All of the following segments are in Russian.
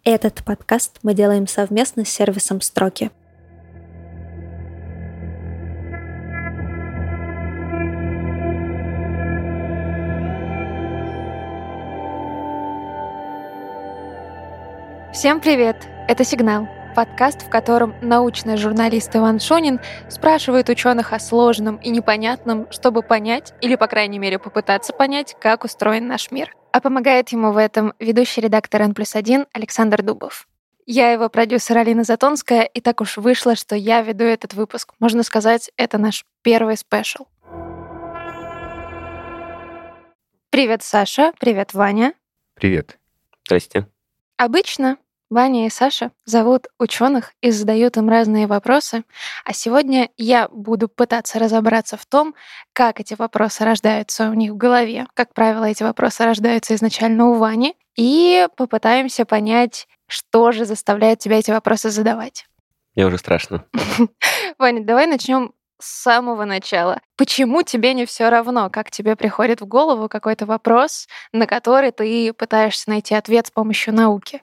Этот подкаст мы делаем совместно с сервисом «Строки». Всем привет! Это «Сигнал» — подкаст, в котором научный журналист Иван Шонин спрашивает ученых о сложном и непонятном, чтобы понять, или, по крайней мере, попытаться понять, как устроен наш мир. А помогает ему в этом ведущий редактор N+1 Александр Дубов. Я его продюсер Алина Затонская, и так уж вышло, что я веду этот выпуск. Можно сказать, это наш первый спешл. Привет, Саша. Привет, Ваня. Привет. Здрасте. Обычно Ваня и Саша зовут ученых и задают им разные вопросы, а сегодня я буду пытаться разобраться в том, как эти вопросы рождаются у них в голове. Как правило, эти вопросы рождаются изначально у Вани, и попытаемся понять, что же заставляет тебя эти вопросы задавать. Мне уже страшно. Ваня, давай начнем с самого начала. Почему тебе не все равно, как тебе приходит в голову какой-то вопрос, на который ты пытаешься найти ответ с помощью науки?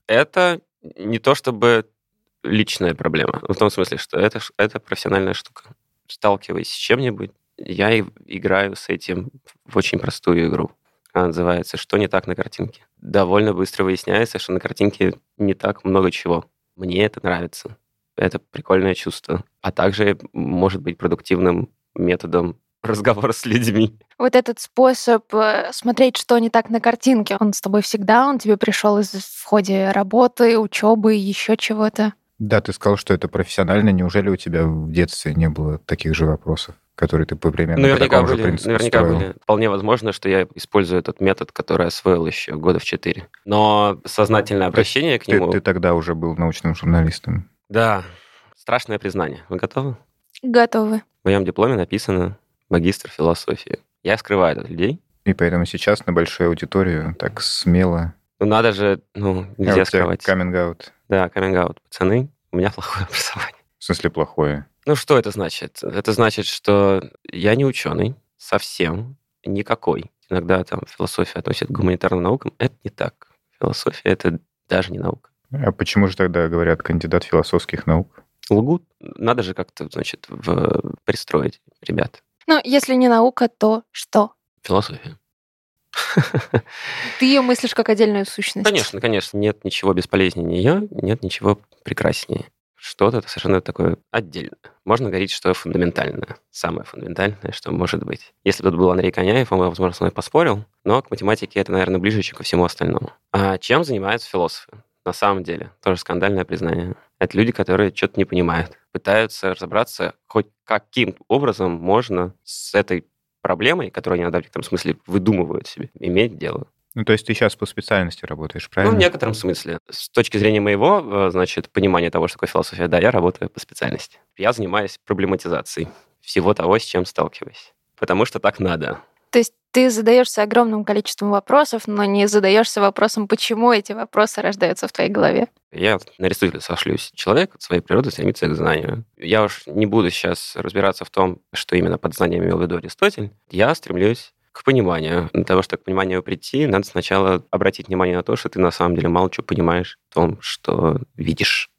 Это не то чтобы личная проблема. В том смысле, что это профессиональная штука. Сталкиваясь с чем-нибудь, я играю с этим в очень простую игру. Она называется «Что не так на картинке?». Довольно быстро выясняется, что на картинке не так много чего. Мне это нравится. Это прикольное чувство. А также может быть продуктивным методом разговора с людьми. Вот этот способ смотреть, что не так на картинке, он с тобой всегда, он тебе пришел в ходе работы, учебы, еще чего-то? Да, ты сказал, что это профессионально. Неужели у тебя в детстве не было таких же вопросов, которые ты примерно по такому же принципу наверняка строил? были. Вполне возможно, что я использую этот метод, который освоил еще года в 4. Но сознательное обращение к нему... Ты тогда уже был научным журналистом. Да, страшное признание. Вы готовы? Готовы. В моем дипломе написано «магистр философии». Я скрываю это от людей. И поэтому сейчас на большую аудиторию так смело... Ну, надо же, нельзя скрывать. Каминг-аут. Да, каминг-аут. Пацаны, у меня плохое образование. В смысле плохое? Ну, что это значит? Это значит, что я не ученый совсем, никакой. Иногда там философия относят к гуманитарным наукам. Это не так. Философия — это даже не наука. А почему же тогда говорят кандидат философских наук? Лгут. Надо же как-то, значит, пристроить ребят. Ну, если не наука, то что? Философия. Ты ее мыслишь как отдельную сущность? Конечно, конечно. Нет ничего бесполезнее ее, нет ничего прекраснее. Что-то совершенно такое отдельное. Можно говорить, что фундаментальное. Самое фундаментальное, что может быть. Если бы тут был Андрей Коняев, он бы, возможно, со мной поспорил, но к математике это, наверное, ближе, чем ко всему остальному. А чем занимаются философы? На самом деле, тоже скандальное признание. Это люди, которые что-то не понимают, пытаются разобраться, хоть каким образом можно с этой проблемой, которую они в некотором смысле выдумывают себе, иметь дело. Ну, то есть ты сейчас по специальности работаешь, правильно? Ну, в некотором смысле. С точки зрения моего, значит, понимания того, что такое философия, да, я работаю по специальности. Я занимаюсь проблематизацией всего того, с чем сталкиваюсь. Потому что так надо. То есть ты задаешься огромным количеством вопросов, но не задаешься вопросом, почему эти вопросы рождаются в твоей голове? Я на Аристотеля сошлюсь. Человек от своей природы стремится к знанию. Я уж не буду сейчас разбираться в том, что именно под знанием имел в виду Аристотель. Я стремлюсь к пониманию. Для того, чтобы к пониманию прийти, надо сначала обратить внимание на то, что ты на самом деле мало чего понимаешь в том, что видишь.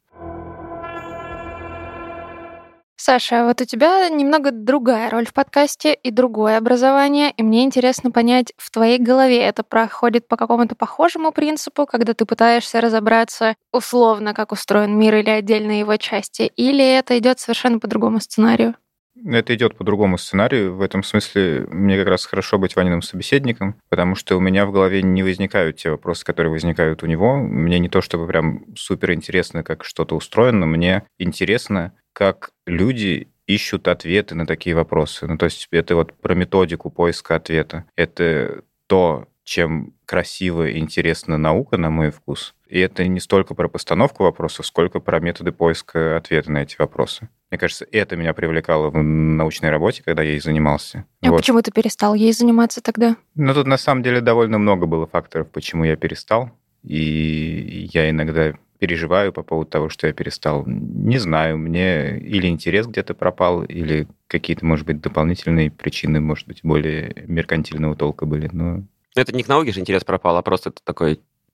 Саша, вот у тебя немного другая роль в подкасте и другое образование, и мне интересно понять, в твоей голове это проходит по какому-то похожему принципу, когда ты пытаешься разобраться условно, как устроен мир или отдельные его части, или это идет совершенно по другому сценарию? Это идет по другому сценарию. В этом смысле мне как раз хорошо быть Ваниным собеседником, потому что у меня в голове не возникают те вопросы, которые возникают у него. Мне не то чтобы прям супер интересно, как что-то устроено, мне интересно, как люди ищут ответы на такие вопросы. Ну, то есть это вот про методику поиска ответа. Это то, чем красиво и интересна наука, на мой вкус. И это не столько про постановку вопросов, сколько про методы поиска ответа на эти вопросы. Мне кажется, это меня привлекало в научной работе, когда я ей занимался. А почему ты перестал ей заниматься тогда? Ну, тут на самом деле довольно много было факторов, почему я перестал. И я иногда переживаю по поводу того, что я перестал. Не знаю, мне или интерес где-то пропал, или какие-то, может быть, дополнительные причины, может быть, более меркантильного толка были. Но... Это не к науке же интерес пропал, а просто это такой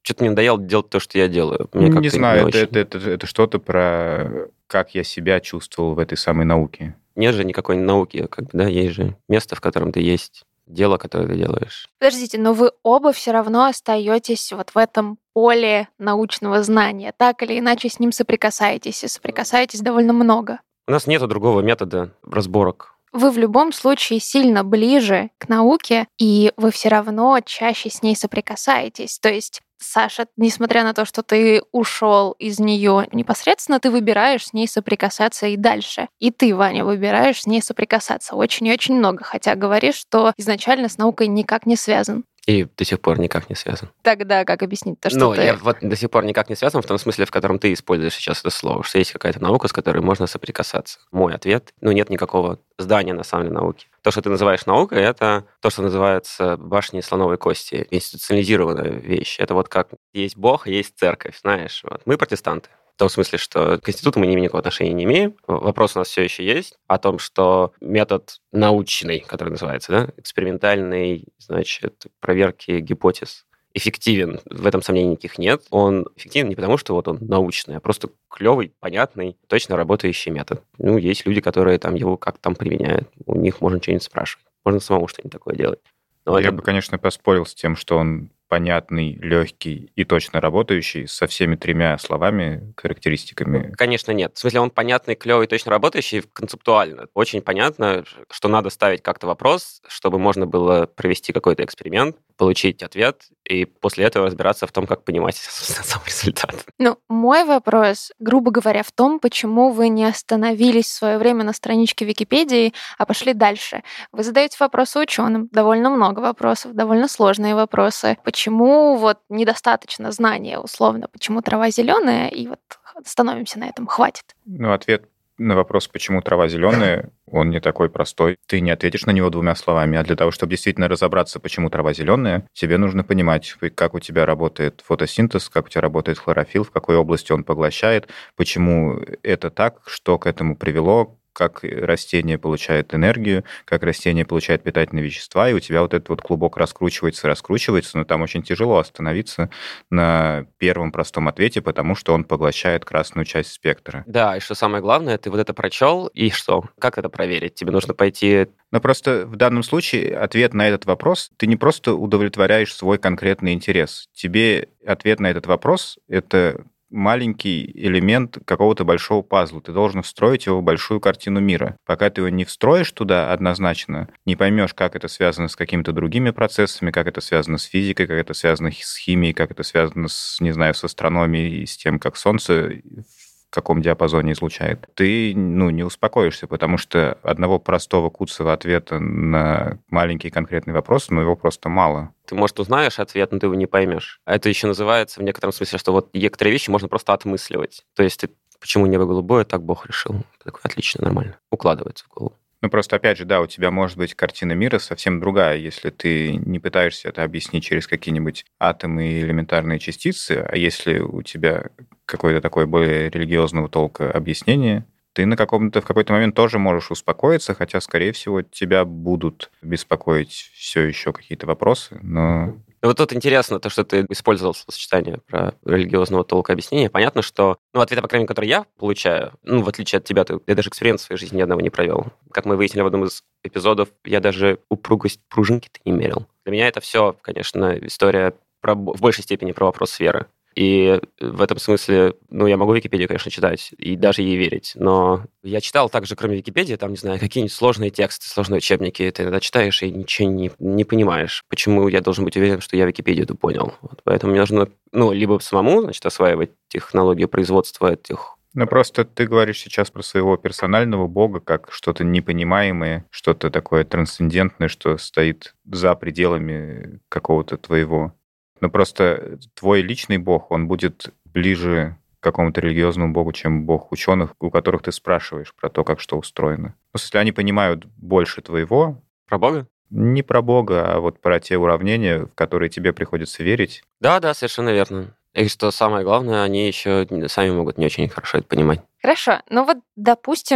что-то мне надоело делать то, что я делаю. Мне Не знаю, очень... это что-то про как я себя чувствовал в этой самой науке. Нет же никакой науки, есть же место, в котором ты есть, дело, которое ты делаешь. Подождите, но вы оба все равно остаетесь вот в этом поле научного знания. Так или иначе с ним соприкасаетесь, и соприкасаетесь довольно много. У нас нет другого метода разборок. Вы в любом случае сильно ближе к науке, и вы все равно чаще с ней соприкасаетесь. То есть, Саша, несмотря на то, что ты ушел из нее непосредственно, ты выбираешь с ней соприкасаться и дальше. И ты, Ваня, выбираешь с ней соприкасаться очень и очень много, хотя говоришь, что изначально с наукой никак не связан. И до сих пор никак не связан. Тогда как объяснить то, что ты... я вот до сих пор никак не связан в том смысле, в котором ты используешь сейчас это слово, что есть какая-то наука, с которой можно соприкасаться. Мой ответ, нет никакого здания на самом деле науки. То, что ты называешь наукой, это то, что называется башней слоновой кости, институционализированная вещь. Это вот как есть Бог, есть церковь, знаешь. Вот. Мы протестанты. В том смысле, что к институту мы никакого отношения не имеем. Вопрос у нас все еще есть о том, что метод научный, который называется, экспериментальной, проверки гипотез, эффективен. В этом сомнений никаких нет. Он эффективен не потому, что он научный, а просто клевый, понятный, точно работающий метод. Есть люди, которые его как-то применяют. У них можно что-нибудь спрашивать. Можно самому что-нибудь такое делать. Я бы, конечно, поспорил с тем, что он понятный, легкий и точно работающий со всеми 3 словами, характеристиками. Конечно, нет. В смысле, он понятный, клевый, точно работающий концептуально. Очень понятно, что надо ставить как-то вопрос, чтобы можно было провести какой-то эксперимент, получить ответ, и после этого разбираться в том, как понимать сам результат. Мой вопрос, грубо говоря, в том, почему вы не остановились в свое время на страничке Википедии, а пошли дальше. Вы задаете вопросы ученым, довольно много вопросов, довольно сложные вопросы. Почему недостаточно знания, условно, почему трава зеленая, и становимся на этом, хватит? Ответ на вопрос, почему трава зеленая, он не такой простой. Ты не ответишь на него 2 словами, а для того, чтобы действительно разобраться, почему трава зеленая, тебе нужно понимать, как у тебя работает фотосинтез, как у тебя работает хлорофилл, в какой области он поглощает, почему это так, что к этому привело, как растение получает энергию, как растение получает питательные вещества, и у тебя этот клубок раскручивается, но там очень тяжело остановиться на первом простом ответе, потому что он поглощает красную часть спектра. Да, и что самое главное, ты это прочел, и что? Как это проверить? Тебе нужно пойти... Но просто в данном случае ответ на этот вопрос, ты не просто удовлетворяешь свой конкретный интерес. Тебе ответ на этот вопрос — это маленький элемент какого-то большого пазла. Ты должен встроить его в большую картину мира. Пока ты его не встроишь туда однозначно, не поймешь, как это связано с какими-то другими процессами, как это связано с физикой, как это связано с химией, как это связано с астрономией, с тем, как Солнце в каком диапазоне излучает, ты не успокоишься, потому что одного простого куцого ответа на маленький конкретный вопрос, его просто мало. Ты, может, узнаешь ответ, но ты его не поймешь. А это еще называется в некотором смысле, что некоторые вещи можно просто отмысливать. То есть почему небо голубое, так Бог решил. Такое отлично, нормально. Укладывается в голову. Просто, опять же, да, у тебя может быть картина мира совсем другая, если ты не пытаешься это объяснить через какие-нибудь атомы и элементарные частицы, а если у тебя какое-то такое более религиозного толка объяснение, ты в какой-то момент тоже можешь успокоиться, хотя, скорее всего, тебя будут беспокоить все еще какие-то вопросы, но... Тут интересно то, что ты использовал сочетание про религиозного толка объяснения. Понятно, что, ответы, по крайней мере, которые я получаю, в отличие от тебя, я даже эксперимент в своей жизни ни одного не провел. Как мы выяснили в одном из эпизодов, я даже упругость пружинки-то не мерил. Для меня это все, конечно, история в большей степени про вопрос веры. И в этом смысле, я могу Википедию, конечно, читать и даже ей верить, но я читал также, кроме Википедии, там, не знаю, какие-нибудь сложные тексты, сложные учебники, ты иногда читаешь и ничего не понимаешь, почему я должен быть уверен, что я Википедию эту понял. Поэтому мне нужно, либо самому, осваивать технологию производства этих... Просто ты говоришь сейчас про своего персонального бога как что-то непонимаемое, что-то такое трансцендентное, что стоит за пределами какого-то твоего... просто твой личный бог, он будет ближе к какому-то религиозному богу, чем бог ученых, у которых ты спрашиваешь про то, как что устроено. Если они понимают больше твоего... Про бога? Не про бога, а про те уравнения, в которые тебе приходится верить. Да, совершенно верно. И что самое главное, они еще сами могут не очень хорошо это понимать. Хорошо, допустим,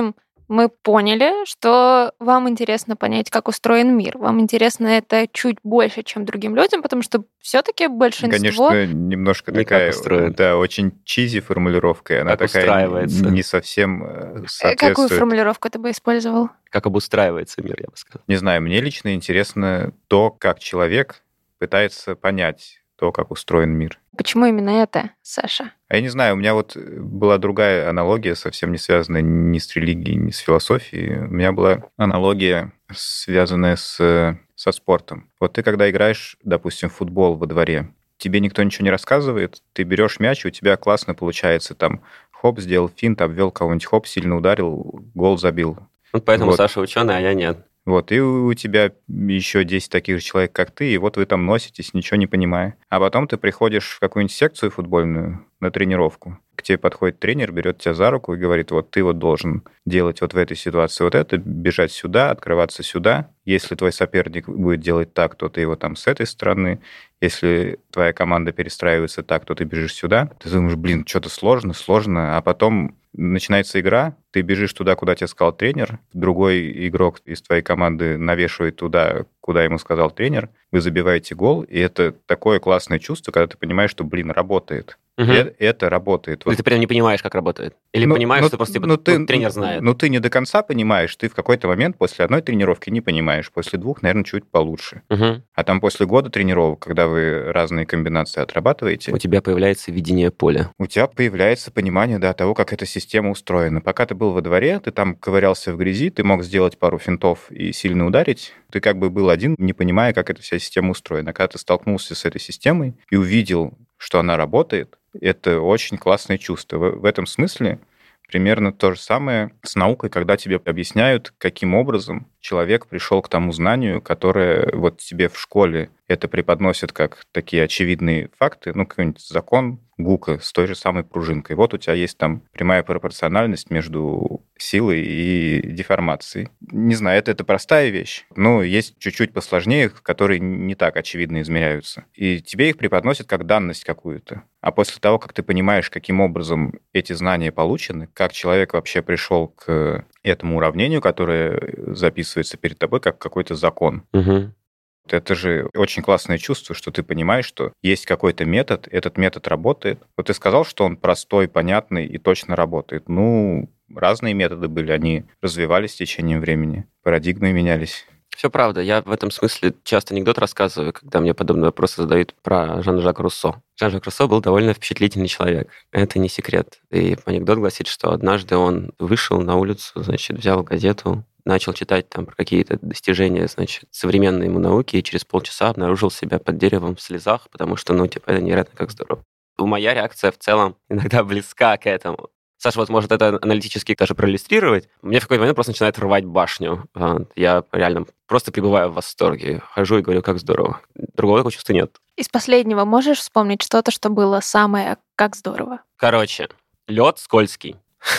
мы поняли, что вам интересно понять, как устроен мир. Вам интересно это чуть больше, чем другим людям, потому что все-таки большинство... Конечно, немножко Не как такая, устроен. да, очень чизи формулировка, и она Как такая устраивается. не совсем Какую соответствует. формулировку ты бы использовал? Как обустраивается мир, я бы сказал. Не знаю, мне лично интересно то, как человек пытается понять то, как устроен мир. Почему именно это, Саша? А я не знаю, у меня вот была другая аналогия, совсем не связанная ни с религией, ни с философией. У меня была аналогия, связанная со спортом. Вот ты, когда играешь, допустим, в футбол во дворе, тебе никто ничего не рассказывает, ты берешь мяч, и у тебя классно получается, там, хоп, сделал финт, обвел кого-нибудь, хоп, сильно ударил, гол забил. Вот поэтому Вот. Саша ученый, а я нет. Вот, и у тебя еще 10 таких же человек, как ты, и вот вы там носитесь, ничего не понимая. А потом ты приходишь в какую-нибудь секцию футбольную на тренировку, к тебе подходит тренер, берет тебя за руку и говорит, вот ты вот должен делать вот в этой ситуации вот это, бежать сюда, открываться сюда. Если твой соперник будет делать так, то ты его там с этой стороны. Если твоя команда перестраивается так, то ты бежишь сюда. Ты думаешь, блин, что-то сложно, а потом начинается игра, ты бежишь туда, куда тебе сказал тренер, другой игрок из твоей команды навешивает туда, куда ему сказал тренер, вы забиваете гол, и это такое классное чувство, когда ты понимаешь, что, блин, работает. Угу. Это работает. Ты прям не понимаешь, как работает? Или понимаешь, что просто тренер знает? Ну, ты не до конца понимаешь, ты в какой-то момент после одной тренировки не понимаешь, после двух, наверное, чуть получше. Угу. А там после года тренировок, когда вы разные комбинации отрабатываете, У тебя появляется видение поля. у тебя появляется понимание, да, того, как эта система устроена. Пока ты был во дворе, ты там ковырялся в грязи, ты мог сделать пару финтов и сильно ударить. Ты как бы был один, не понимая, как эта вся система устроена. А когда ты столкнулся с этой системой и увидел, что она работает, это очень классное чувство. В этом смысле примерно то же самое с наукой, когда тебе объясняют, каким образом человек пришел к тому знанию, которое вот тебе в школе это преподносят как такие очевидные факты, ну, какой-нибудь закон Гука с той же самой пружинкой. Вот у тебя есть там прямая пропорциональность между силой и деформацией. Не знаю, это простая вещь, но есть чуть-чуть посложнее, которые не так очевидно измеряются. И тебе их преподносят как данность какую-то. А после того, как ты понимаешь, каким образом эти знания получены, как человек вообще пришел к этому уравнению, которое записывается перед тобой как какой-то закон, Угу. это же очень классное чувство, что ты понимаешь, что есть какой-то метод, этот метод работает. Вот ты сказал, что он простой, понятный и точно работает. Ну, разные методы были, они развивались с течением времени, парадигмы менялись. Все правда. Я в этом смысле часто анекдот рассказываю, когда мне подобные вопросы задают про Жан-Жака Руссо. Жан-Жак Руссо был довольно впечатлительный человек. Это не секрет. И анекдот гласит, что однажды он вышел на улицу, значит, взял газету, начал читать там про какие-то достижения, значит, современной ему науки, и через полчаса обнаружил себя под деревом в слезах, потому что, ну, типа, это невероятно как здорово. Моя реакция в целом иногда близка к этому. Саша вот может это аналитически даже проиллюстрировать. Мне в какой-то момент просто начинает рвать башню. Я реально просто пребываю в восторге. Хожу и говорю, как здорово. Другого такого чувства нет. Из последнего можешь вспомнить что-то, что было самое как здорово? Короче, лед скользкий.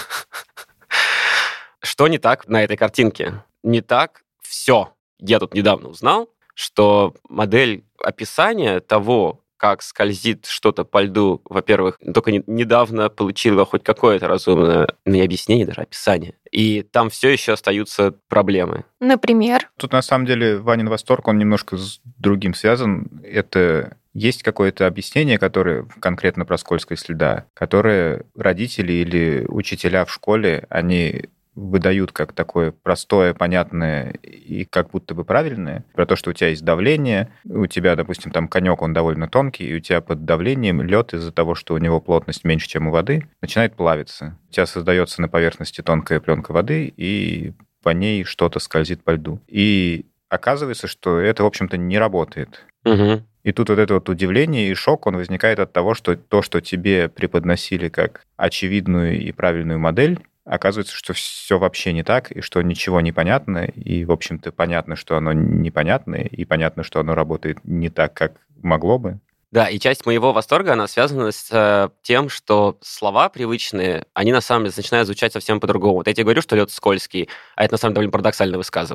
Что не так на этой картинке? Не так все. Я тут недавно узнал, что модель описания того, как скользит что-то по льду, во-первых, только недавно получила хоть какое-то разумное, не объяснение, даже описание. И там все еще остаются проблемы. Например? Тут, на самом деле, Ванин восторг, он немножко с другим связан. Это есть какое-то объяснение, которое конкретно про скользкость льда, которое родители или учителя в школе, они выдают как такое простое, понятное и как будто бы правильное, про то, что у тебя есть давление, у тебя, допустим, там конек, он довольно тонкий, и у тебя под давлением лед из-за того, что у него плотность меньше, чем у воды, начинает плавиться. У тебя создается на поверхности тонкая пленка воды, и по ней что-то скользит по льду. И оказывается, что это, в общем-то, не работает. Угу. И тут вот это вот удивление и шок, он возникает от того, что то, что тебе преподносили как очевидную и правильную модель, оказывается, что все вообще не так, и что ничего не понятно, и, в общем-то, понятно, что оно непонятное, и понятно, что оно работает не так, как могло бы. Да, и часть моего восторга, она связана с тем, что слова привычные, они на самом деле начинают звучать совсем по-другому. Вот я тебе говорю, что лед скользкий, а это на самом деле довольно парадоксальное высказывание.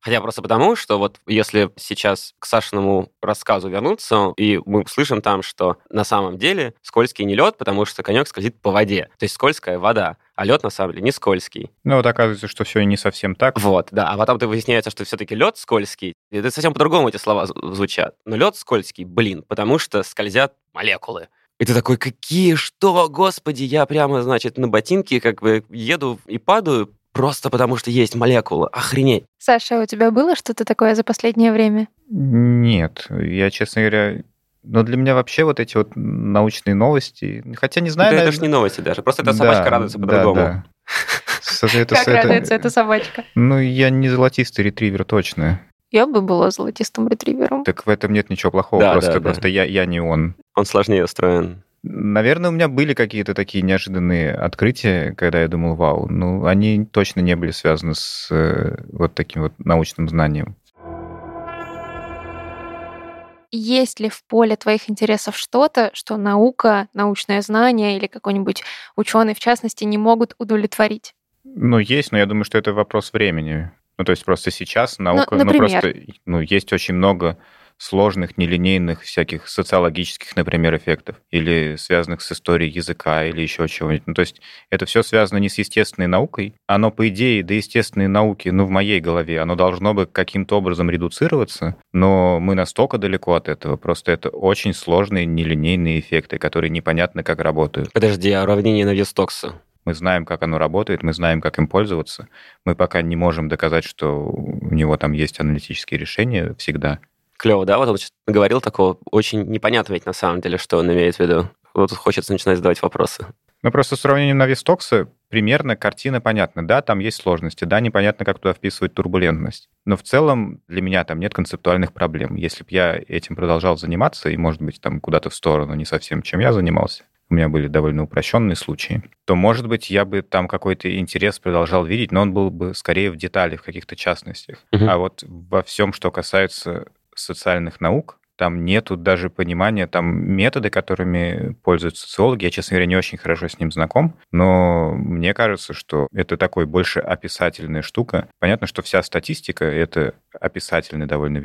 Хотя просто потому, что вот если сейчас к Сашиному рассказу вернуться, и мы слышим там, что на самом деле скользкий не лед, потому что конек скользит по воде. То есть скользкая вода, а лед на самом деле не скользкий. Ну, вот оказывается, что все не совсем так. Вот, да. А потом выясняется, что все-таки лед скользкий. И это совсем по-другому эти слова звучат. Но лед скользкий, потому что скользят молекулы. И ты такой, какие, что, господи, я прямо, значит, на ботинке как бы еду и падаю, просто потому что есть молекулы. Охренеть. Саша, у тебя было что-то такое за последнее время? Нет, я, честно говоря... Но для меня вообще вот эти вот научные новости... Хотя не знаю... Да, это наверное... ж не новости даже. Просто эта собачка радуется по-другому. Да. Как радуется эта собачка? Ну, я не золотистый ретривер точно. Я бы была золотистым ретривером. Так в этом нет ничего плохого. Да, просто я не он. Он сложнее устроен. Наверное, у меня были какие-то такие неожиданные открытия, когда я думал, вау, ну, они точно не были связаны с вот таким вот научным знанием. Есть ли в поле твоих интересов что-то, что наука, научное знание или какой-нибудь ученый, в частности, не могут удовлетворить? Ну, есть, но я думаю, что это вопрос времени. Ну, то есть просто сейчас наука... например? Есть очень много сложных, нелинейных всяких социологических, например, эффектов, или связанных с историей языка, или еще чего-нибудь. Ну, то есть это все связано не с естественной наукой. Оно, по идее, до естественной науки, в моей голове, оно должно бы каким-то образом редуцироваться, но мы настолько далеко от этого. Просто это очень сложные, нелинейные эффекты, которые непонятно, как работают. Подожди, а уравнение Навье-Стокса? Мы знаем, как оно работает, мы знаем, как им пользоваться. Мы пока не можем доказать, что у него там есть аналитические решения всегда. Клево, да? Вот он говорил такого очень непонятно ведь на самом деле, что он имеет в виду. Вот тут хочется начинать задавать вопросы. Ну, просто с сравнением Навье-Стокса примерно картина понятна. Да, там есть сложности, да, непонятно, как туда вписывать турбулентность. Но в целом для меня там нет концептуальных проблем. Если бы я этим продолжал заниматься, и, может быть, там куда-то в сторону, не совсем, чем я занимался, у меня были довольно упрощенные случаи, то, может быть, я бы там какой-то интерес продолжал видеть, но он был бы скорее в деталях, в каких-то частностях. А вот во всем, что касается социальных наук, там нету даже понимания, там методы, которыми пользуются социологи. Я, честно говоря, не очень хорошо с ним знаком, но мне кажется, что это такой больше описательная штука. Понятно, что вся статистика — это описательная довольно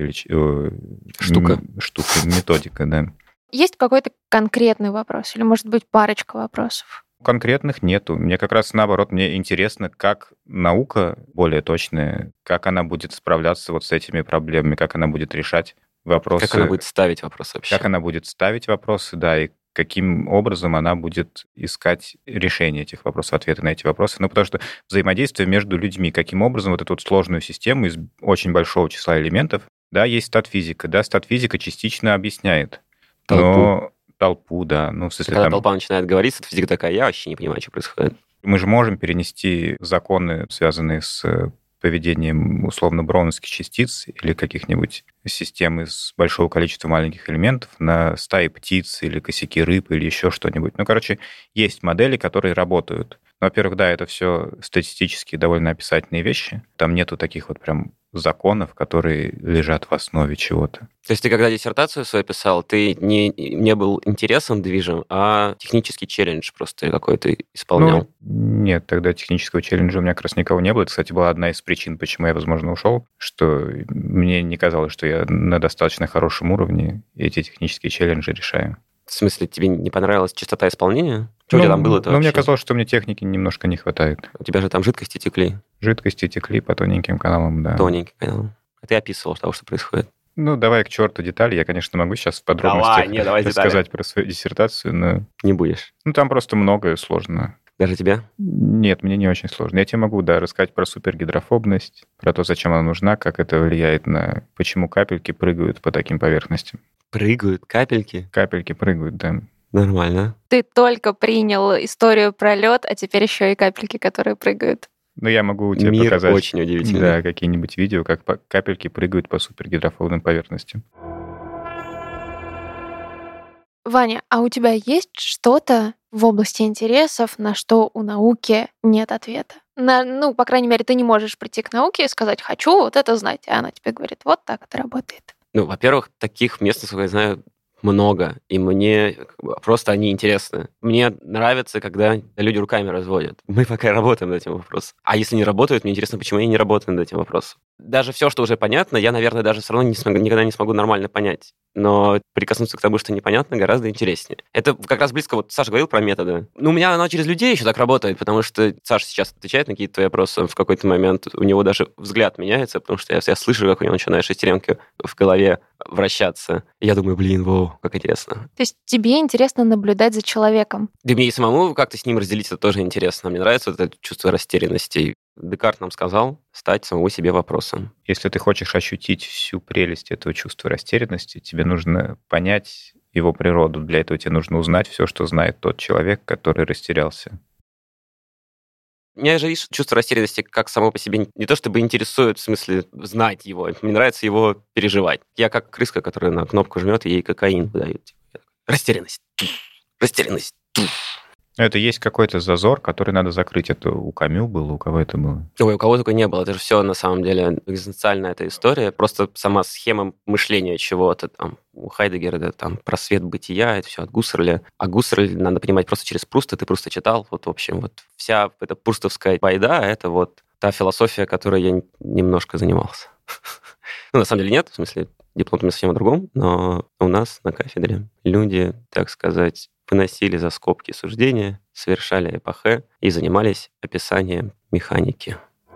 штука, методика, да. Есть какой-то конкретный вопрос или, может быть, парочка вопросов? Конкретных нету. Мне как раз наоборот, мне интересно, как наука более точная, как она будет справляться вот с этими проблемами, как она будет решать вопросы. Как она будет ставить вопросы вообще. Как она будет ставить вопросы, да, и каким образом она будет искать решение этих вопросов, ответы на эти вопросы. Ну, потому что взаимодействие между людьми, каким образом вот эту вот сложную систему из очень большого числа элементов, да, есть статфизика, да, статфизика частично объясняет. Толпу, да. Ну, в смысле, когда толпа начинает говорить, статфизика такая, я вообще не понимаю, что происходит. Мы же можем перенести законы, связанные с поведением условно-броуновских частиц или каких-нибудь систем из большого количества маленьких элементов на стаи птиц или косяки рыб или еще что-нибудь. Ну, короче, есть модели, которые работают. Во-первых, да, это все статистически довольно описательные вещи. Там нету таких вот прям законов, которые лежат в основе чего-то. То есть ты, когда диссертацию свою писал, ты не был интересом движим, а технический челлендж просто какой-то исполнял? Ну, нет, тогда технического челленджа у меня как раз никого не было. Это, кстати, была одна из причин, почему я, возможно, ушел, что мне не казалось, что я на достаточно хорошем уровне эти технические челленджи решаю. В смысле, тебе не понравилась частота исполнения? Что у тебя там было-то вообще? Мне казалось, что мне техники немножко не хватает. У тебя же там жидкости текли. Жидкости текли по тоненьким каналам, да. Тоненьким каналам. А ты описывал того, что происходит. Ну, давай к черту детали. Я, конечно, могу сейчас в подробностях рассказать про свою диссертацию, но... Не будешь. Ну, там просто многое сложно. Даже тебе? Нет, мне не очень сложно. Я тебе могу, да, рассказать про супергидрофобность, про то, зачем она нужна, как это влияет на... Почему капельки прыгают по таким поверхностям. Прыгают капельки? Капельки прыгают, да. Нормально. Ты только принял историю про лед, а теперь еще и капельки, которые прыгают. Ну, я могу тебе Мир показать очень удивительный. Да, какие-нибудь видео, как капельки прыгают по супергидрофобным поверхностям. Ваня, а у тебя есть что-то в области интересов, на что у науки нет ответа? По крайней мере, ты не можешь прийти к науке и сказать «хочу вот это знать», а она тебе говорит «вот так это работает». Ну, во-первых, таких мест, насколько я знаю, много, и мне просто они интересны. Мне нравится, когда люди руками разводят. Мы пока работаем над этим вопросом. А если не работают, мне интересно, почему они не работают над этим вопросом. Даже все, что уже понятно, я, наверное, даже все равно никогда не смогу нормально понять. Но прикоснуться к тому, что непонятно, гораздо интереснее. Это как раз близко, вот Саша говорил про методы. Ну, у меня оно через людей еще так работает, потому что Саша сейчас отвечает на какие-то твои вопросы, в какой-то момент у него даже взгляд меняется, потому что я слышу, как у него начинают шестеренки в голове вращаться. И я думаю, как интересно. То есть тебе интересно наблюдать за человеком? Да мне и самому как-то с ним разделить это тоже интересно. Мне нравится вот это чувство растерянности. Декарт нам сказал стать самому себе вопросом. Если ты хочешь ощутить всю прелесть этого чувства растерянности, тебе нужно понять его природу. Для этого тебе нужно узнать все, что знает тот человек, который растерялся. Меня же, видишь, чувство растерянности как само по себе не то чтобы интересует, в смысле знать его. Мне нравится его переживать. Я как крыска, которая на кнопку жмет, и ей кокаин выдают. Растерянность. Растерянность. Это есть какой-то зазор, который надо закрыть. Это у Камю было, у кого это было? Ой, у кого только не было. Это же все, на самом деле, экзистенциальная эта история. Просто сама схема мышления чего-то там. У Хайдеггера, да, там, просвет бытия, это все от Гуссерля. А Гуссерль надо понимать просто через Пруста. Ты Пруста читал. Вот, в общем, вот вся эта прустовская байда, это вот та философия, которой я немножко занимался. Ну, на самом деле нет, в смысле, диплом у меня совсем о другом, но у нас на кафедре люди, так сказать, выносили за скобки суждения, совершали эпохе и занимались описанием механики.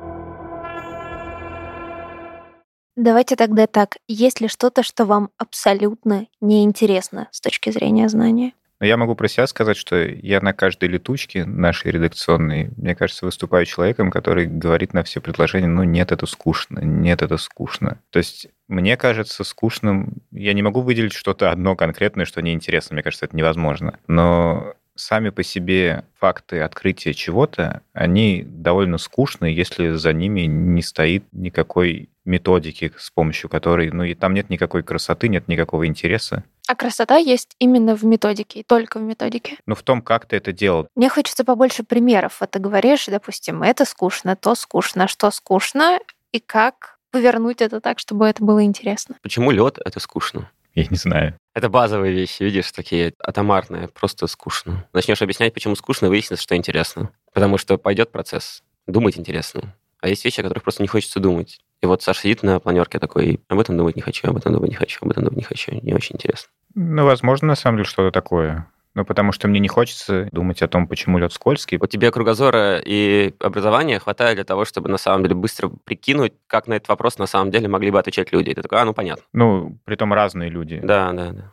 Давайте тогда так. Есть ли что-то, что вам абсолютно неинтересно с точки зрения знания? Но я могу про себя сказать, что я на каждой летучке нашей редакционной, мне кажется, выступаю человеком, который говорит на все предложения, ну нет, это скучно, нет, это скучно. То есть мне кажется скучным, я не могу выделить что-то одно конкретное, что неинтересно, мне кажется, это невозможно. Но сами по себе факты открытия чего-то, они довольно скучные, если за ними не стоит никакой методики, с помощью которой, ну и там нет никакой красоты, нет никакого интереса. А красота есть именно в методике, и только в методике. Ну, в том, как ты это делал. Мне хочется побольше примеров. Вот ты говоришь, допустим, это скучно, то скучно, что скучно, и как повернуть это так, чтобы это было интересно. Почему лед это скучно? Я не знаю. Это базовые вещи, видишь, такие атомарные, просто скучно. Начнешь объяснять, почему скучно, выяснится, что интересно. Потому что пойдет процесс. Думать интересно. А есть вещи, о которых просто не хочется думать. И вот Саша сидит на планерке такой, об этом думать не хочу, об этом думать не хочу, об этом думать не хочу. Не очень интересно. Ну, возможно, на самом деле, что-то такое. Ну, потому что мне не хочется думать о том, почему лед скользкий. Вот тебе кругозора и образования хватает для того, чтобы на самом деле быстро прикинуть, как на этот вопрос на самом деле могли бы отвечать люди. И ты такой, ну, понятно. Ну, притом разные люди. Да.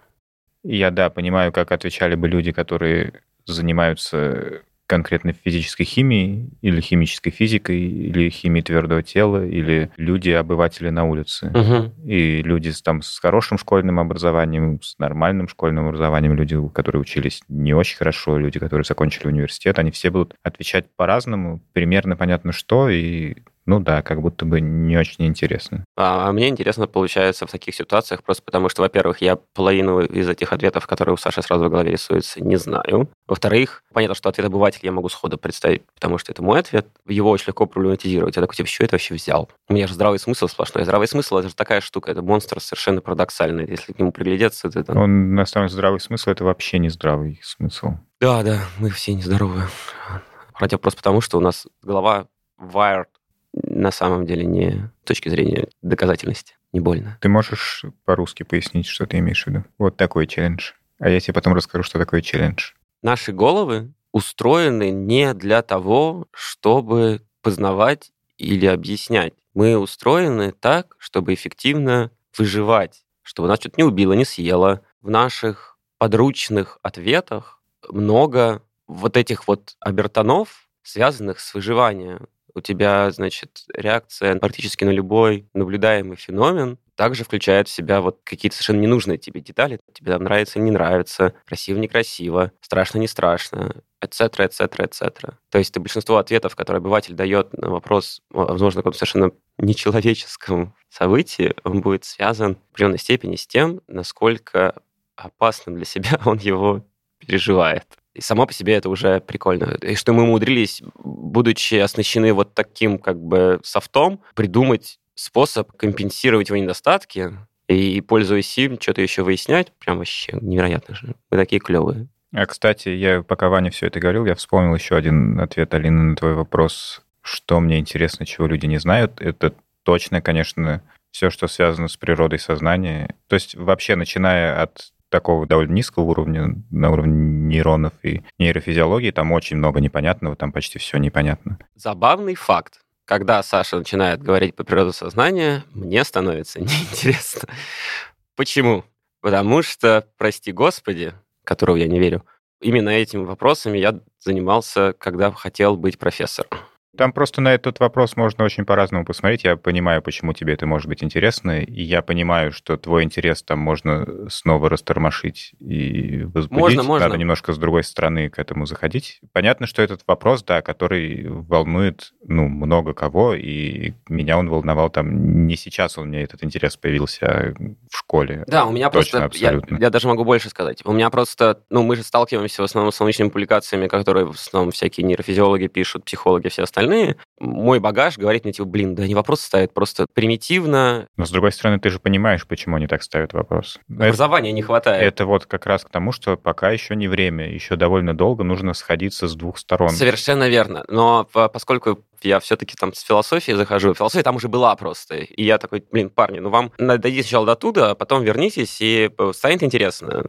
И я, понимаю, как отвечали бы люди, которые занимаются конкретно физической химией или химической физикой, или химией твердого тела, или люди, обыватели на улице. Угу. И люди там с хорошим школьным образованием, с нормальным школьным образованием, люди, которые учились не очень хорошо, люди, которые закончили университет, они все будут отвечать по-разному, примерно понятно что, и ну да, как будто бы не очень интересно. А мне интересно получается в таких ситуациях, просто потому что, во-первых, я половину из этих ответов, которые у Саши сразу в голове рисуются, не знаю. Во-вторых, понятно, что ответ обывателя я могу сходу представить, потому что это мой ответ, его очень легко проблематизировать. Я такой, типа, что это вообще взял? У меня же здравый смысл сплошной. Здравый смысл — это же такая штука, это монстр совершенно парадоксальный. Если к нему приглядеться, то это... Он, на самом деле, здравый смысл — это вообще не здравый смысл. Да, мы все нездоровы. Хотя просто потому, что у нас голова wired на самом деле не с точки зрения доказательности, не больно. Ты можешь по-русски пояснить, что ты имеешь в виду? Вот такой челлендж. А я тебе потом расскажу, что такое челлендж. Наши головы устроены не для того, чтобы познавать или объяснять. Мы устроены так, чтобы эффективно выживать, чтобы нас что-то не убило, не съело. В наших подручных ответах много вот этих вот обертонов, связанных с выживанием. У тебя, значит, реакция практически на любой наблюдаемый феномен также включает в себя вот какие-то совершенно ненужные тебе детали. Тебе там нравится, не нравится, красиво, некрасиво, страшно, не страшно, etc., etc., etc. То есть это большинство ответов, которые обыватель дает на вопрос, возможно, каком-то совершенно нечеловеческом событии, он будет связан в определенной степени с тем, насколько опасным для себя он его переживает. И само по себе это уже прикольно. И что мы умудрились, будучи оснащены вот таким как бы софтом, придумать способ компенсировать его недостатки И, пользуясь им, что-то еще выяснять, прям вообще невероятно же. Вы такие клевые. А, кстати, я пока Ваня все это говорил, я вспомнил еще один ответ, Алины, на твой вопрос, что мне интересно, чего люди не знают. Это точно, конечно, все, что связано с природой сознания. То есть вообще, начиная от такого довольно низкого уровня, на уровне нейронов и нейрофизиологии, там очень много непонятного, там почти все непонятно. Забавный факт. Когда Саша начинает говорить по природе сознания, мне становится неинтересно. Почему? Потому что, прости господи, которого я не верю, именно этими вопросами я занимался, когда хотел быть профессором. Там просто на этот вопрос можно очень по-разному посмотреть. Я понимаю, почему тебе это может быть интересно, и я понимаю, что твой интерес там можно снова растормошить и возбудить. Можно. Надо немножко с другой стороны к этому заходить. Понятно, что этот вопрос, да, который волнует, много кого, и меня он волновал там не сейчас, у меня этот интерес появился, а в школе. Да, у меня точно, просто, абсолютно. я даже могу больше сказать. У меня просто, мы же сталкиваемся в основном с научными публикациями, которые в основном всякие нейрофизиологи пишут, психологи, все остальные. Мой багаж говорит мне, да они вопросы ставят просто примитивно. Но, с другой стороны, ты же понимаешь, почему они так ставят вопрос. Образования не хватает. Это вот как раз к тому, что пока еще не время, еще довольно долго нужно сходиться с двух сторон. Совершенно верно. Но поскольку я все-таки там с философией захожу, философия там уже была просто. И я такой, парни, вам надо дойти сначала до туда, а потом вернитесь, и станет интересно.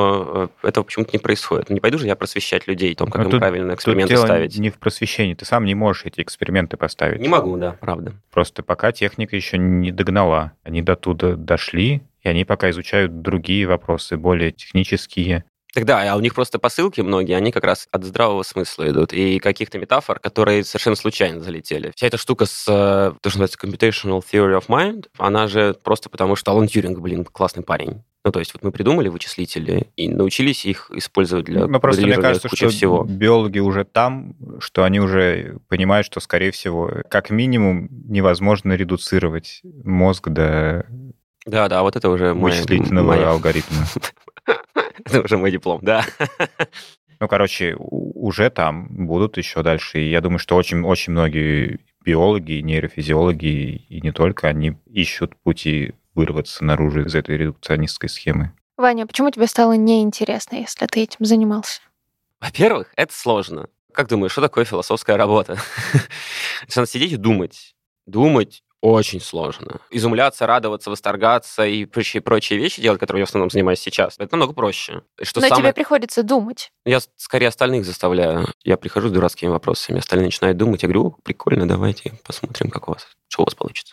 Но этого почему-то не происходит. Не пойду же я просвещать людей о том, как им правильно эксперименты тут дело ставить. Не в просвещении. Ты сам не можешь эти эксперименты поставить. Не могу, да, правда. Просто пока техника еще не догнала. Они до туда дошли, и они пока изучают другие вопросы, более технические. Тогда, а у них просто посылки многие, они как раз от здравого смысла идут и каких-то метафор, которые совершенно случайно залетели. Вся эта штука с, то, что называется, computational theory of mind, она же просто потому, что Алан Тьюринг, классный парень. То есть мы придумали вычислители и научились их использовать для просто мне кажется, что всего. Биологи уже там, что они уже понимают, что, скорее всего, как минимум невозможно редуцировать мозг до вот это уже вычислительного алгоритма. Это уже мой диплом, да. Уже там будут еще дальше. И я думаю, что очень многие биологи, нейрофизиологи и не только, они ищут пути вырваться наружу из этой редукционистской схемы. Ваня, почему тебе стало неинтересно, если ты этим занимался? Во-первых, это сложно. Как думаешь, что такое философская работа? Надо сидеть и думать. Думать очень сложно. Изумляться, радоваться, восторгаться и прочие вещи делать, которые я в основном занимаюсь сейчас, это намного проще. Но тебе приходится думать. Я скорее остальных заставляю. Я прихожу с дурацкими вопросами, остальные начинают думать. Я говорю, прикольно, давайте посмотрим, что у вас получится.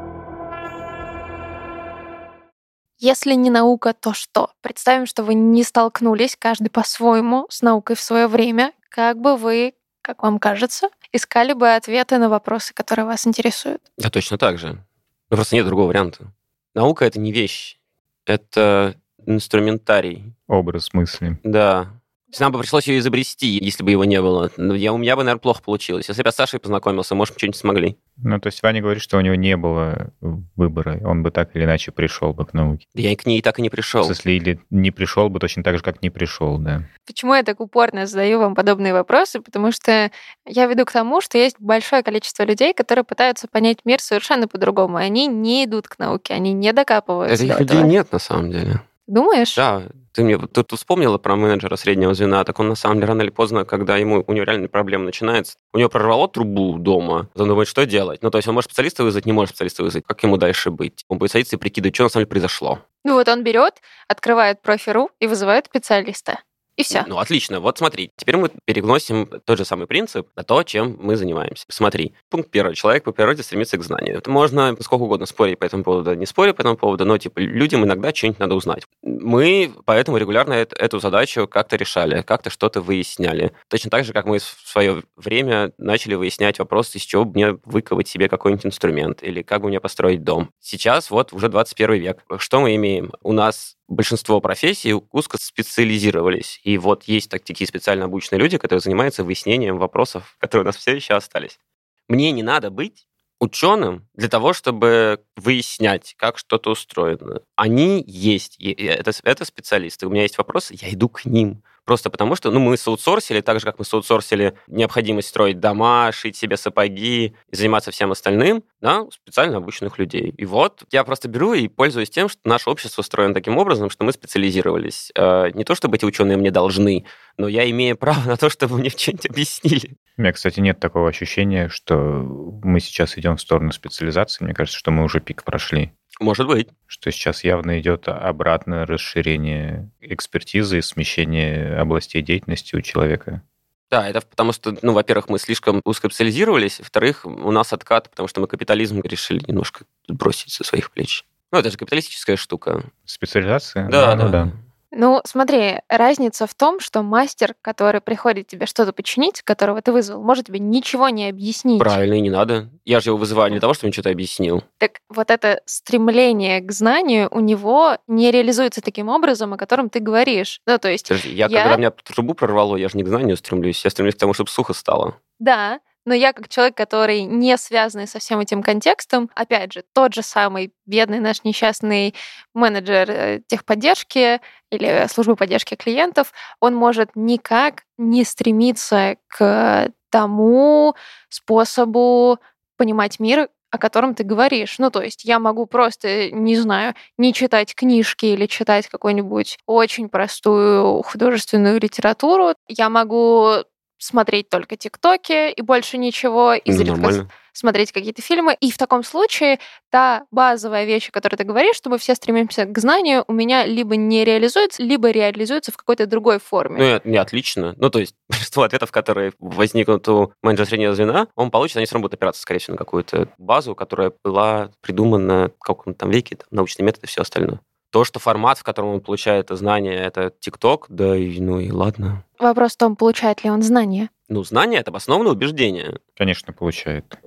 Если не наука, то что? Представим, что вы не столкнулись, каждый по-своему, с наукой в свое время. Как бы вы, как вам кажется, искали бы ответы на вопросы, которые вас интересуют? Да, точно так же. Просто нет другого варианта. Наука — это не вещь. Это инструментарий. Образ мысли. Да. Нам бы пришлось ее изобрести, если бы его не было. У меня бы, наверное, плохо получилось. Если бы я с Сашей познакомился, может, мы что-нибудь смогли. То есть Ваня говорит, что у него не было выбора. Он бы так или иначе пришел бы к науке. Да я и к ней так и не пришел. В смысле, или не пришел бы точно так же, как не пришел, да. Почему я так упорно задаю вам подобные вопросы? Потому что я веду к тому, что есть большое количество людей, которые пытаются понять мир совершенно по-другому. Они не идут к науке, они не докапываются до Этих этого. людей нет, на самом деле. Думаешь? Да. Ты мне тут вспомнила про менеджера среднего звена, так он на самом деле рано или поздно, когда у него реально проблема начинается, у него прорвало трубу дома, он думает, что делать. То есть он может специалиста вызвать, не может специалиста вызвать. Как ему дальше быть? Он будет садиться и прикидывать, что на самом деле произошло. Он берет, открывает профи.ру и вызывает специалиста. И все. Отлично. Вот смотри, теперь мы переносим тот же самый принцип на то, чем мы занимаемся. Смотри, пункт 1. Человек по природе стремится к знанию. Это можно сколько угодно спорить по этому поводу, не спорить по этому поводу, но людям иногда что-нибудь надо узнать. Мы поэтому регулярно эту задачу как-то решали, как-то что-то выясняли. Точно так же, как мы в свое время начали выяснять вопрос, из чего бы мне выковать себе какой-нибудь инструмент, или как бы мне построить дом. Сейчас уже 21 век. Что мы имеем? У нас большинство профессий узко специализировались. И есть такие специально обученные люди, которые занимаются выяснением вопросов, которые у нас все еще остались. Мне не надо быть ученым для того, чтобы выяснять, как что-то устроено. Они есть. Это специалисты. У меня есть вопросы, я иду к ним. Просто потому что мы соутсорсили, так же, как мы соутсорсили необходимость строить дома, шить себе сапоги и заниматься всем остальным. на специально обученных людей. И вот я просто беру и пользуюсь тем, что наше общество устроено таким образом, что мы специализировались. Не то, чтобы эти ученые мне должны, но я имею право на то, чтобы мне что-нибудь объяснили. У меня, кстати, нет такого ощущения, что мы сейчас идем в сторону специализации. Мне кажется, что мы уже пик прошли. Может быть. Что сейчас явно идет обратное расширение экспертизы и смещение областей деятельности у человека. Да, это потому что, во-первых, мы слишком узкоспециализировались, во-вторых, у нас откат, потому что мы капитализм решили немножко бросить со своих плеч. Это же капиталистическая штука. Специализация? Да. Ну, смотри, разница в том, что мастер, который приходит тебе что-то починить, которого ты вызвал, может тебе ничего не объяснить. Правильно, и не надо. Я же его вызываю не для того, чтобы он что-то объяснил. Так вот это стремление к знанию у него не реализуется таким образом, о котором ты говоришь. Ну, то есть Подожди, когда меня трубу прорвало, я же не к знанию стремлюсь, я стремлюсь к тому, чтобы сухо стало. Да, но я как человек, который не связанный со всем этим контекстом, опять же, тот же самый бедный наш несчастный менеджер техподдержки или службы поддержки клиентов, он может никак не стремиться к тому способу понимать мир, о котором ты говоришь. Ну, то есть я могу просто, не знаю, не читать книжки или читать какую-нибудь очень простую художественную литературу. Я могу смотреть только тиктоки и больше ничего, изредка смотреть какие-то фильмы. И в таком случае та базовая вещь, о которой ты говоришь, что мы все стремимся к знанию, у меня либо не реализуется, либо реализуется в какой-то другой форме. Ну, это не отлично. Ну, то есть большинство ответов, которые возникнут у менеджера среднего звена, он получит, они все равно будут опираться, скорее всего, на какую-то базу, которая была придумана в каком-то там веке, там, научные методы и все остальное. То, что формат, в котором он получает это знание, это ТикТок, да и ладно. Вопрос в том, получает ли он знания. Знание — это обоснованное убеждение. Конечно, получает.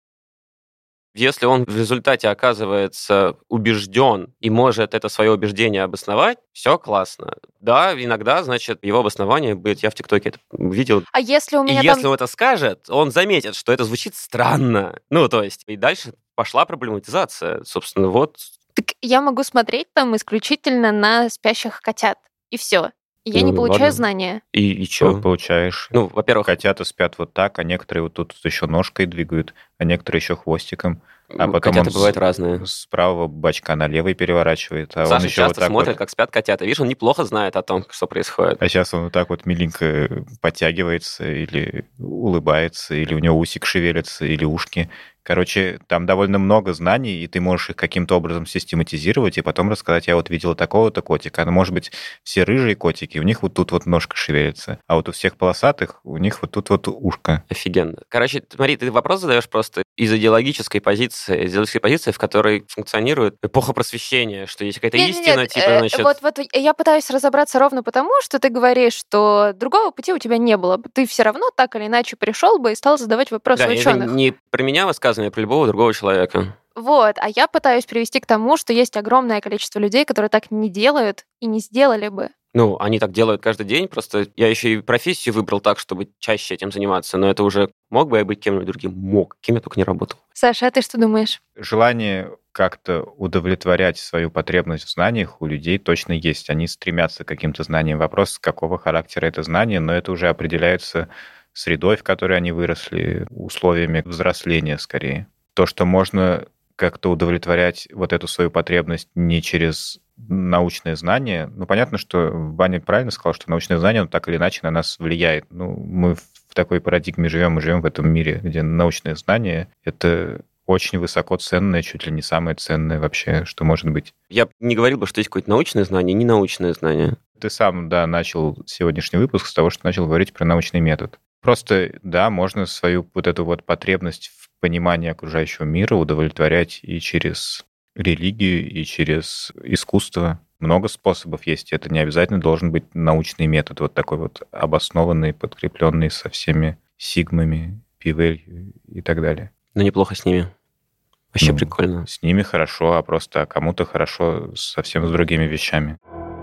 Если он в результате оказывается убежден и может это свое убеждение обосновать, все классно. Да, иногда, значит, его обоснование будет, я в ТикТоке это видел. А если у меня если он это скажет, он заметит, что это звучит странно. То есть, и дальше пошла проблематизация. Собственно, вот. Так я могу смотреть там исключительно на спящих котят. И все. Я не получаю знания. И Что что? получаешь? Во-первых, Котята спят вот так, а некоторые вот тут еще ножкой двигают, а некоторые еще хвостиком. А потом котята он бывают разные. с правого бачка на левый переворачивает. А он Саша еще часто вот так смотрит, вот... как спят котята. Видишь, он неплохо знает о том, что происходит. А сейчас он вот так вот миленько подтягивается или улыбается, или у него усик шевелится, или ушки. Короче, там довольно много знаний, и ты можешь их каким-то образом систематизировать и потом рассказать, я вот видела такого-то котика. Ну, может быть, все рыжие котики, у них вот тут вот ножка шевелится, а вот у всех полосатых у них вот тут вот ушко. Офигенно. Короче, смотри, ты вопрос задаешь просто из идеологической позиции, в которой функционирует эпоха просвещения, что есть какая-то истина, типа, значит... Вот я пытаюсь разобраться ровно потому, что ты говоришь, что другого пути у тебя не было. Ты все равно так или иначе пришел бы и стал задавать вопросы Да, ученых. это не про меня высказывание, а про любого другого человека. Вот, а я пытаюсь привести к тому, что есть огромное количество людей, которые так не делают и не сделали бы. Они так делают каждый день, просто я еще и профессию выбрал так, чтобы чаще этим заниматься, но это уже мог бы я быть кем-нибудь другим? Мог, кем я только не работал. Саша, а ты что думаешь? Желание как-то удовлетворять свою потребность в знаниях у людей точно есть. Они стремятся к каким-то знаниям. Вопрос, какого характера это знание, но это уже определяется средой, в которой они выросли, условиями взросления скорее. То, что можно как-то удовлетворять вот эту свою потребность не через научные знания. Понятно, что Ваня правильно сказал, что научное знание так или иначе на нас влияет. Мы в такой парадигме живем, мы живем в этом мире, где научные знания — это очень высоко ценное, чуть ли не самое ценное вообще, что может быть. Я не говорил бы, что есть какое-то научное знание, не научное знание. Ты сам, начал сегодняшний выпуск с того, что начал говорить про научный метод. Просто, можно свою вот эту вот потребность в понимании окружающего мира удовлетворять и через религию, и через искусство. Много способов есть. Это не обязательно должен быть научный метод, вот такой вот обоснованный, подкрепленный со всеми сигмами, p-value и так далее. Но неплохо с ними. Вообще прикольно. С ними хорошо, а просто кому-то хорошо совсем с другими вещами.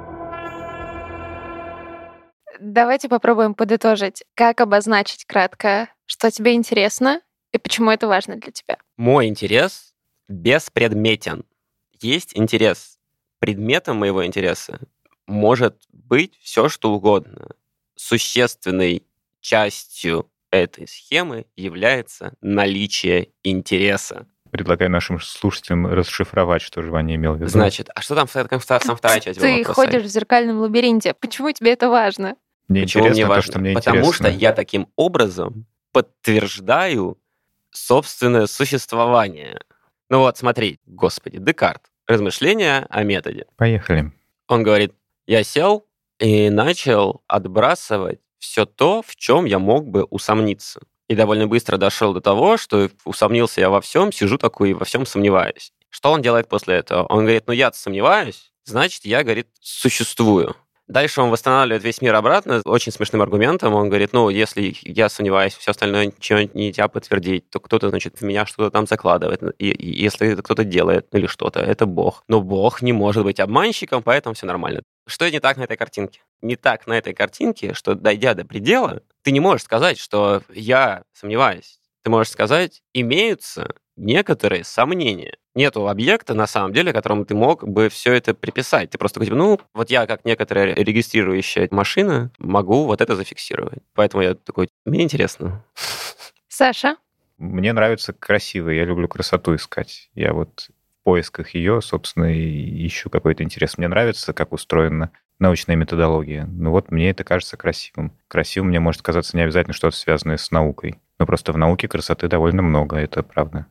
Давайте попробуем подытожить. Как обозначить кратко, что тебе интересно и почему это важно для тебя? Мой интерес беспредметен. Есть интерес. Предметом моего интереса может быть все, что угодно. Существенной частью этой схемы является наличие интереса. Предлагаю нашим слушателям расшифровать, что же Ваня имел в виду. Значит, а что там сам вторая часть его Ты вопроса? ходишь в зеркальном лабиринте. Почему тебе это важно? Мне Почему интересно мне то, важно? что мне Потому интересно. что я таким образом подтверждаю собственное существование. Ну вот, смотри, господи, Декарт. Размышления о методе. Поехали. Он говорит, я сел и начал отбрасывать все то, в чем я мог бы усомниться. И довольно быстро дошел до того, что усомнился я во всем, сижу такой и во всем сомневаюсь. Что он делает после этого? Он говорит, ну я сомневаюсь, значит, я, говорит, существую. Дальше он восстанавливает весь мир обратно очень смешным аргументом. Он говорит, ну, если я сомневаюсь, все остальное ничего нельзя подтвердить, то кто-то, значит, в меня что-то там закладывает. И если это кто-то делает или что-то, это Бог. Но Бог не может быть обманщиком, поэтому все нормально. Что не так на этой картинке? Не так на этой картинке, что, дойдя до предела, ты не можешь сказать, что я сомневаюсь. Ты можешь сказать, имеются некоторые сомнения. Нету объекта, на самом деле, которому ты мог бы все это приписать. Ты просто говоришь, ну, вот я, как некоторая регистрирующая машина, могу вот это зафиксировать. Поэтому я такой, мне интересно. Саша? Мне нравится красивое, я люблю красоту искать. Я вот в поисках ее, собственно, и ищу какой-то интерес. Мне нравится, как устроена научная методология. Ну вот мне это кажется красивым. Красивым мне может казаться не обязательно что-то связанное с наукой. Но просто в науке красоты довольно много, это правда.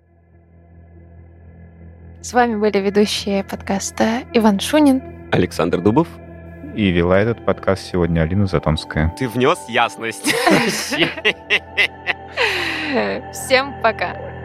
С вами были ведущие подкаста Иван Шунин, Александр Дубов. И вела этот подкаст сегодня Алина Затонская. Ты внес ясность. Всем пока.